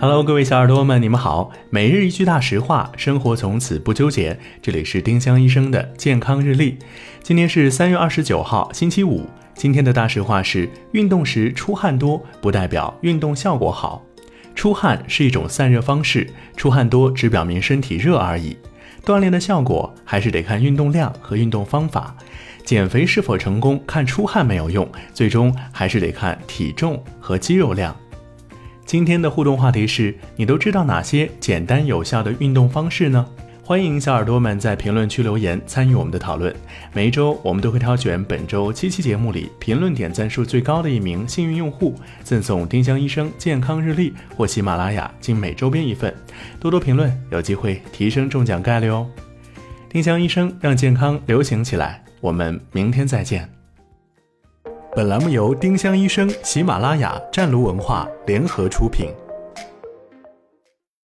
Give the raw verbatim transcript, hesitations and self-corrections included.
Hello， 各位小耳朵们，你们好。每日一句大实话，生活从此不纠结。这里是丁香医生的健康日历。今天是三月二十九号，星期五。今天的大实话是：运动时出汗多，不代表运动效果好。出汗是一种散热方式，出汗多只表明身体热而已。锻炼的效果还是得看运动量和运动方法。减肥是否成功，看出汗没有用，最终还是得看体重和肌肉量。今天的互动话题是：你都知道哪些简单有效的运动方式呢？欢迎小耳朵们在评论区留言参与我们的讨论。每一周我们都会挑选本周七期节目里评论点赞数最高的一名幸运用户，赠送丁香医生健康日历或喜马拉雅精美周边一份。多多评论，有机会提升中奖概率哦。丁香医生让健康流行起来，我们明天再见。本栏目由丁香医生、喜马拉雅、湛卢文化联合出品。